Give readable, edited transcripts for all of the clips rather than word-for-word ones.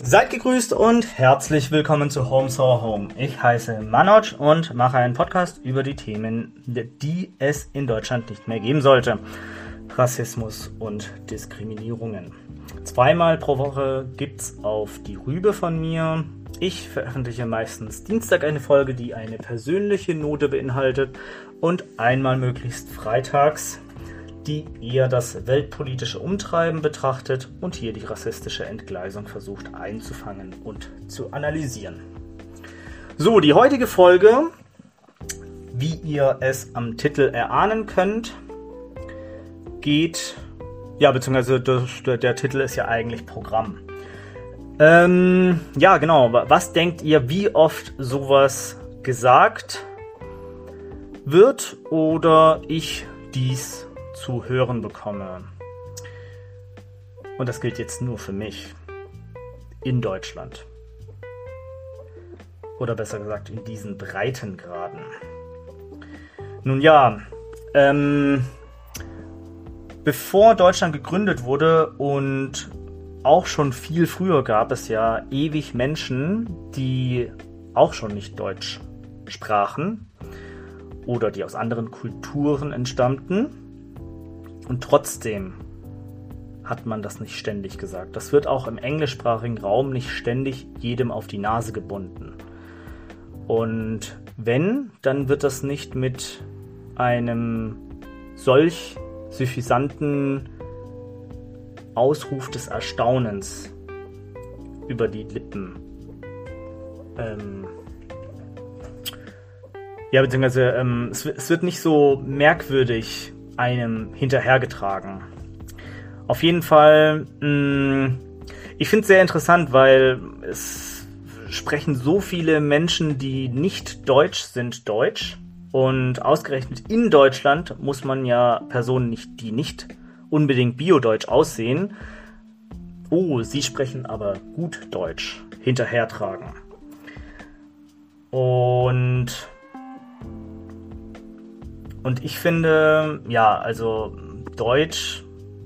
Seid gegrüßt und herzlich willkommen zu Home Sour Home. Ich heiße Manoj und mache einen Podcast über die Themen, die es in Deutschland nicht mehr geben sollte. Rassismus und Diskriminierungen. 2-mal pro Woche gibt's auf die Rübe von mir. Ich veröffentliche meistens Dienstag eine Folge, die eine persönliche Note beinhaltet, und einmal möglichst freitags, die eher das weltpolitische Umtreiben betrachtet und hier die rassistische Entgleisung versucht einzufangen und zu analysieren. So, die heutige Folge, wie ihr es am Titel erahnen könnt, beziehungsweise der Titel ist ja eigentlich Programm. Genau, was denkt ihr, wie oft sowas gesagt wird oder ich dies zu hören bekomme? Und das gilt jetzt nur für mich. In Deutschland. Oder besser gesagt, in diesen Breitengraden. Nun ja, bevor Deutschland gegründet wurde und auch schon viel früher gab es ja ewig Menschen, die auch schon nicht Deutsch sprachen oder die aus anderen Kulturen entstammten. Und trotzdem hat man das nicht ständig gesagt. Das wird auch im englischsprachigen Raum nicht ständig jedem auf die Nase gebunden. Und wenn, dann wird das nicht mit einem solch suffisanten Ausruf des Erstaunens über die Lippen es wird nicht so merkwürdig einem hinterhergetragen. Auf jeden Fall, ich finde es sehr interessant, weil es sprechen so viele Menschen, die nicht deutsch sind, Deutsch. Und ausgerechnet in Deutschland muss man ja Personen, die nicht unbedingt Bio-Deutsch aussehen, sie sprechen aber gut Deutsch, hinterhertragen. Und ich finde, Deutsch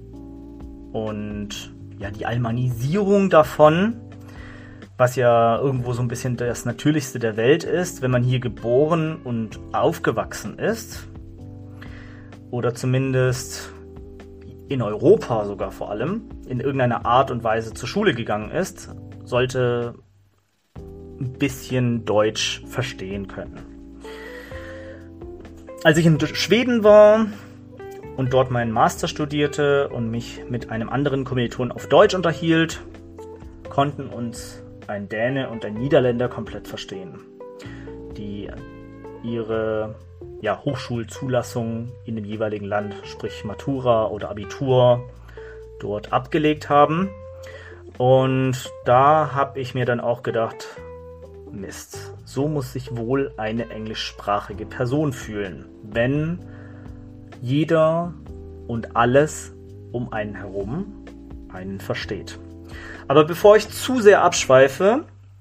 und die Almanisierung davon, was ja irgendwo so ein bisschen das Natürlichste der Welt ist, wenn man hier geboren und aufgewachsen ist, oder zumindest in Europa sogar vor allem, in irgendeiner Art und Weise zur Schule gegangen ist, sollte ein bisschen Deutsch verstehen können. Als ich in Schweden war und dort meinen Master studierte und mich mit einem anderen Kommilitonen auf Deutsch unterhielt, konnten uns ein Däne und ein Niederländer komplett verstehen, die ihre Hochschulzulassung in dem jeweiligen Land, sprich Matura oder Abitur, dort abgelegt haben. Und da habe ich mir dann auch gedacht, Mist, so muss sich wohl eine englischsprachige Person fühlen, wenn jeder und alles um einen herum einen versteht. Aber bevor ich zu sehr abschweife,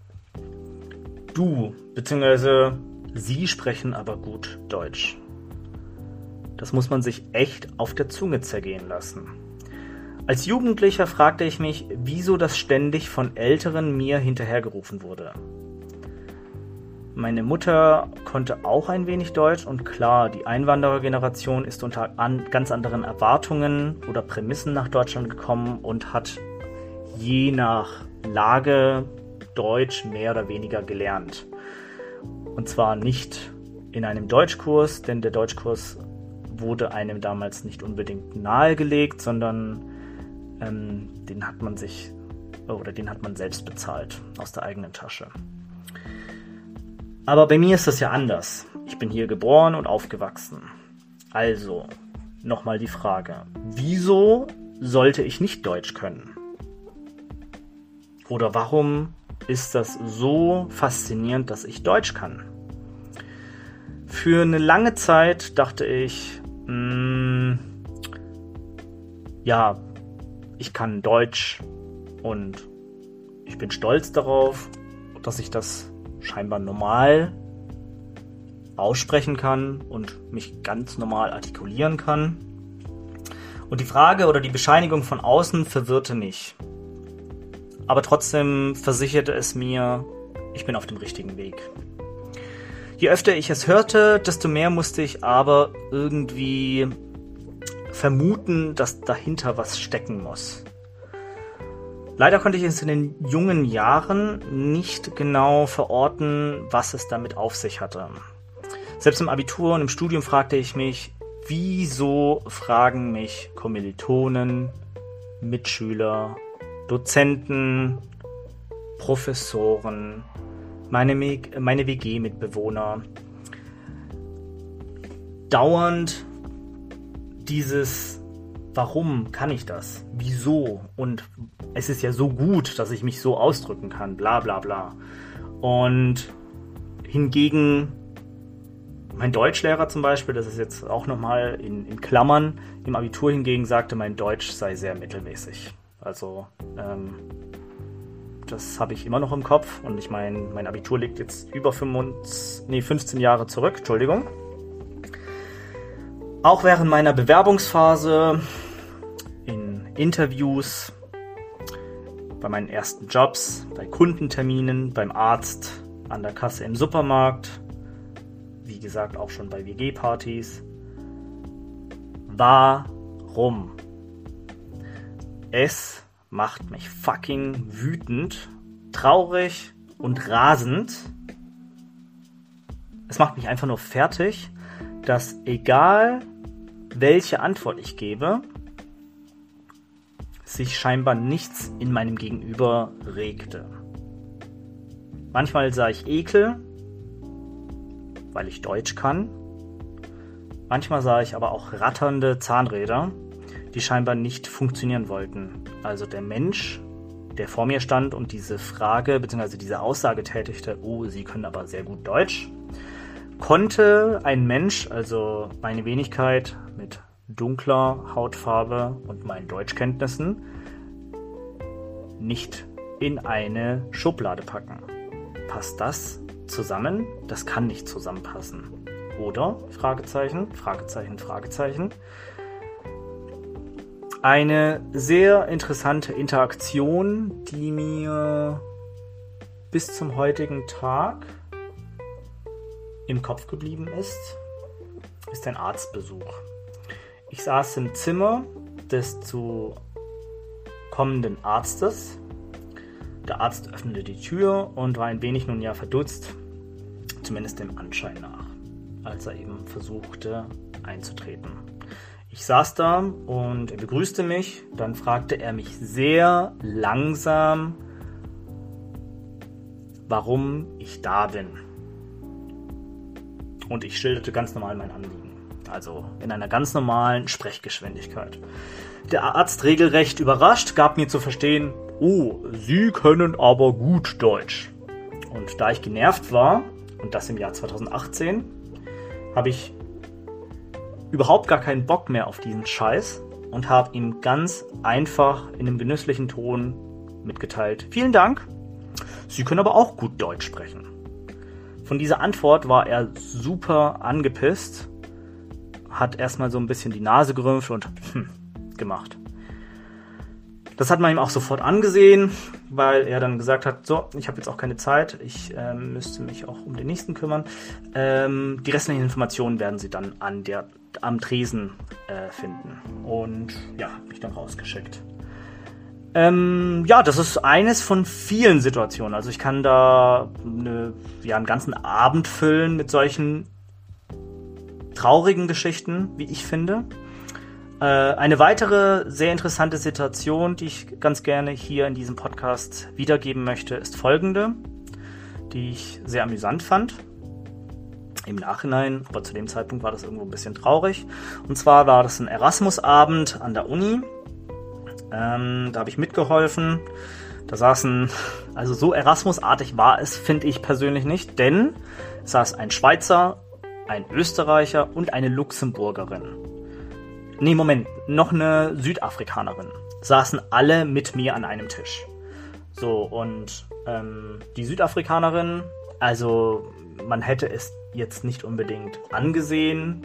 du bzw. Sie sprechen aber gut Deutsch. Das muss man sich echt auf der Zunge zergehen lassen. Als Jugendlicher fragte ich mich, wieso das ständig von Älteren mir hinterhergerufen wurde. Meine Mutter konnte auch ein wenig Deutsch und klar, die Einwanderergeneration ist unter ganz anderen Erwartungen oder Prämissen nach Deutschland gekommen und hat je nach Lage Deutsch mehr oder weniger gelernt. Und zwar nicht in einem Deutschkurs, denn der Deutschkurs wurde einem damals nicht unbedingt nahegelegt, sondern den hat man selbst bezahlt aus der eigenen Tasche. Aber bei mir ist das ja anders. Ich bin hier geboren und aufgewachsen. Also, nochmal die Frage, wieso sollte ich nicht Deutsch können? Oder warum ist das so faszinierend, dass ich Deutsch kann? Für eine lange Zeit dachte ich, ich kann Deutsch und ich bin stolz darauf, dass ich das scheinbar normal aussprechen kann und mich ganz normal artikulieren kann. Und die Frage oder die Bescheinigung von außen verwirrte mich. aber trotzdem versicherte es mir, ich bin auf dem richtigen Weg. Je öfter ich es hörte, desto mehr musste ich aber irgendwie vermuten, dass dahinter was stecken muss. Leider konnte ich es in den jungen Jahren nicht genau verorten, was es damit auf sich hatte. Selbst im Abitur und im Studium fragte ich mich, wieso fragen mich Kommilitonen, Mitschüler, Dozenten, Professoren, meine WG-Mitbewohner dauernd dieses Warum kann ich das? Wieso? Und es ist ja so gut, dass ich mich so ausdrücken kann, bla bla bla. Und hingegen mein Deutschlehrer zum Beispiel, das ist jetzt auch nochmal in Klammern, im Abitur hingegen sagte, mein Deutsch sei sehr mittelmäßig. Also das habe ich immer noch im Kopf und ich meine, mein Abitur liegt jetzt über 15 Jahre zurück, Entschuldigung. Auch während meiner Bewerbungsphase, in Interviews, bei meinen ersten Jobs, bei Kundenterminen, beim Arzt, an der Kasse im Supermarkt, wie gesagt auch schon bei WG-Partys. Warum? Es macht mich fucking wütend, traurig und rasend. Es macht mich einfach nur fertig, dass egal welche Antwort ich gebe, sich scheinbar nichts in meinem Gegenüber regte. Manchmal sah ich Ekel, weil ich Deutsch kann. Manchmal sah ich aber auch ratternde Zahnräder, die scheinbar nicht funktionieren wollten. Also der Mensch, der vor mir stand und diese Frage bzw. diese Aussage tätigte, oh, Sie können aber sehr gut Deutsch, konnte ein Mensch, also meine Wenigkeit mit dunkler Hautfarbe und meinen Deutschkenntnissen, nicht in eine Schublade packen. Passt das zusammen? Das kann nicht zusammenpassen. Oder? Fragezeichen, Fragezeichen, Fragezeichen. Eine sehr interessante Interaktion, die mir bis zum heutigen Tag im Kopf geblieben ist ein Arztbesuch. Ich saß im Zimmer des zu kommenden Arztes. Der Arzt öffnete die Tür und war ein wenig nun ja verdutzt, zumindest dem Anschein nach, als er eben versuchte einzutreten. Ich saß da und er begrüßte mich, dann fragte er mich sehr langsam, warum ich da bin. Und ich schilderte ganz normal mein Anliegen, also in einer ganz normalen Sprechgeschwindigkeit. Der Arzt, regelrecht überrascht, gab mir zu verstehen, oh, Sie können aber gut Deutsch. Und da ich genervt war, und das im Jahr 2018, habe ich überhaupt gar keinen Bock mehr auf diesen Scheiß und habe ihm ganz einfach in einem genüsslichen Ton mitgeteilt, vielen Dank, Sie können aber auch gut Deutsch sprechen. Von dieser Antwort war er super angepisst, hat erstmal so ein bisschen die Nase gerümpft und gemacht. Das hat man ihm auch sofort angesehen, weil er dann gesagt hat, so, ich habe jetzt auch keine Zeit, ich müsste mich auch um den nächsten kümmern. Die restlichen Informationen werden Sie dann am Tresen finden. Und ja, habe mich dann rausgeschickt. Ja, das ist eines von vielen Situationen. Also ich kann da einen ganzen Abend füllen mit solchen traurigen Geschichten, wie ich finde. Eine weitere sehr interessante Situation, die ich ganz gerne hier in diesem Podcast wiedergeben möchte, ist folgende, die ich sehr amüsant fand. Im Nachhinein, aber zu dem Zeitpunkt war das irgendwo ein bisschen traurig. Und zwar war das ein Erasmus-Abend an der Uni. Da habe ich mitgeholfen. Da saßen, also so Erasmus-artig war es, finde ich persönlich nicht, denn es saß ein Schweizer, ein Österreicher und eine Luxemburgerin. Nee, Moment, noch eine Südafrikanerin. Saßen alle mit mir an einem Tisch. So, und die Südafrikanerin, also man hätte es jetzt nicht unbedingt angesehen.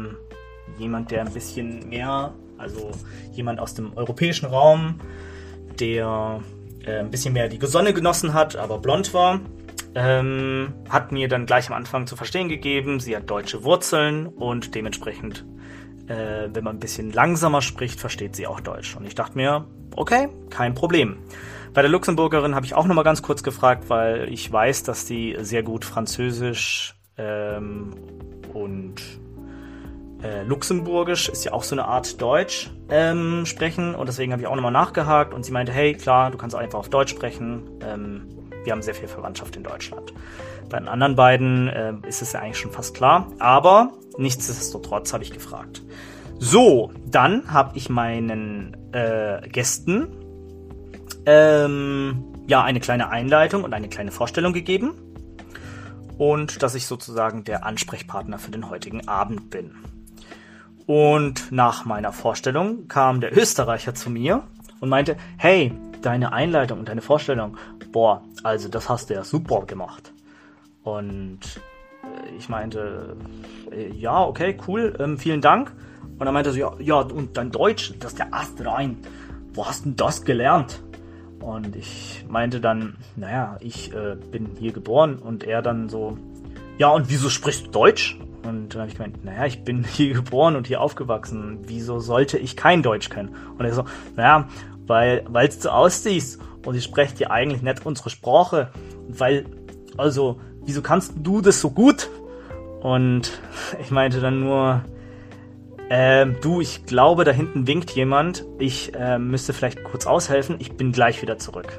Jemand, der ein bisschen mehr, also jemand aus dem europäischen Raum, der ein bisschen mehr die Sonne genossen hat, aber blond war, hat mir dann gleich am Anfang zu verstehen gegeben, sie hat deutsche Wurzeln und dementsprechend, wenn man ein bisschen langsamer spricht, versteht sie auch Deutsch. Und ich dachte mir, okay, kein Problem. Bei der Luxemburgerin habe ich auch nochmal ganz kurz gefragt, weil ich weiß, dass die sehr gut Französisch und Luxemburgisch, ist ja auch so eine Art Deutsch, sprechen. Und deswegen habe ich auch nochmal nachgehakt und sie meinte, hey, klar, du kannst einfach auf Deutsch sprechen. Wir haben sehr viel Verwandtschaft in Deutschland. Bei den anderen beiden ist es ja eigentlich schon fast klar. Aber nichtsdestotrotz habe ich gefragt. So, dann habe ich meinen Gästen eine kleine Einleitung und eine kleine Vorstellung gegeben. Und dass ich sozusagen der Ansprechpartner für den heutigen Abend bin. Und nach meiner Vorstellung kam der Österreicher zu mir und meinte, hey, deine Einleitung und deine Vorstellung, boah, also das hast du ja super gemacht. Und ich meinte, ja, okay, cool, vielen Dank. Und dann meinte er so, ja, und dein Deutsch, das ist der astrein. Wo hast du denn das gelernt? Und ich meinte dann, naja, ich bin hier geboren. Und er dann so, ja, und wieso sprichst du Deutsch? Und dann habe ich gemeint, naja, ich bin hier geboren und hier aufgewachsen. Wieso sollte ich kein Deutsch können? Und er so, naja, weil du so aussiehst und ich spreche dir eigentlich nicht unsere Sprache. Also, wieso kannst du das so gut? Und ich meinte dann nur, du, ich glaube, da hinten winkt jemand. Ich müsste vielleicht kurz aushelfen. Ich bin gleich wieder zurück.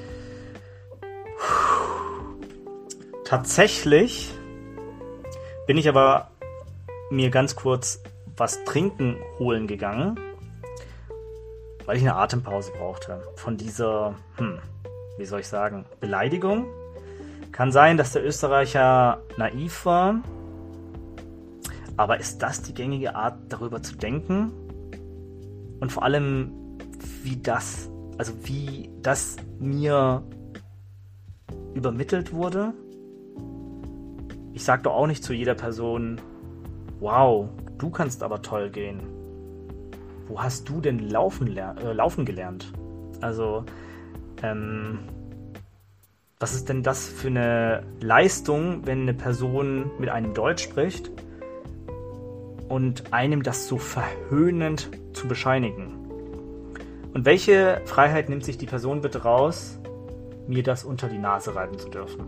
Tatsächlich bin ich aber mir ganz kurz was trinken holen gegangen, weil ich eine Atempause brauchte. Von dieser, wie soll ich sagen, Beleidigung. Kann sein, dass der Österreicher naiv war. Aber ist das die gängige Art, darüber zu denken? Und vor allem, wie das mir übermittelt wurde? Ich sag doch auch nicht zu jeder Person, wow, du kannst aber toll gehen. Wo hast du denn laufen gelernt? Also, was ist denn das für eine Leistung, wenn eine Person mit einem Deutsch spricht und einem das so verhöhnend zu bescheinigen? Und welche Freiheit nimmt sich die Person bitte raus, mir das unter die Nase reiben zu dürfen?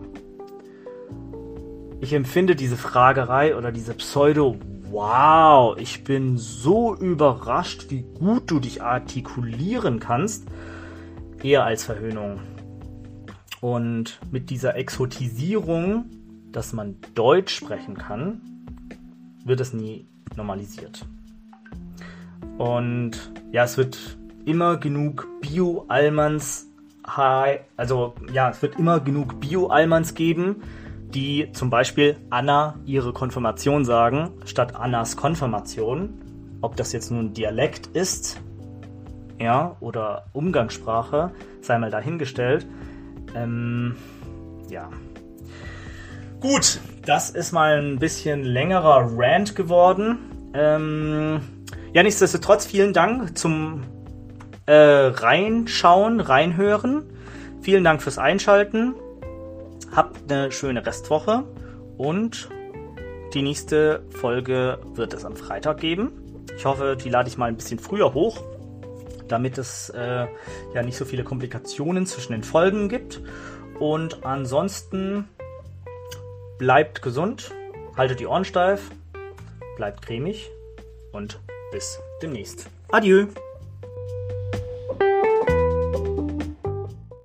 Ich empfinde diese Fragerei oder diese wow, ich bin so überrascht, wie gut du dich artikulieren kannst, eher als Verhöhnung. Und mit dieser Exotisierung, dass man Deutsch sprechen kann, wird es nie normalisiert. Und ja, es wird immer genug Bio-Allmanns geben, die zum Beispiel Anna ihre Konfirmation sagen, statt Annas Konfirmation. Ob das jetzt nun Dialekt ist, ja, oder Umgangssprache, sei mal dahingestellt. Ja. Gut, das ist mal ein bisschen längerer Rant geworden. Ja, nichtsdestotrotz vielen Dank zum Reinschauen, Reinhören. Vielen Dank fürs Einschalten. Habt eine schöne Restwoche und die nächste Folge wird es am Freitag geben. Ich hoffe, die lade ich mal ein bisschen früher hoch, damit es nicht so viele Komplikationen zwischen den Folgen gibt. Und ansonsten bleibt gesund, haltet die Ohren steif, bleibt cremig und bis demnächst. Adieu!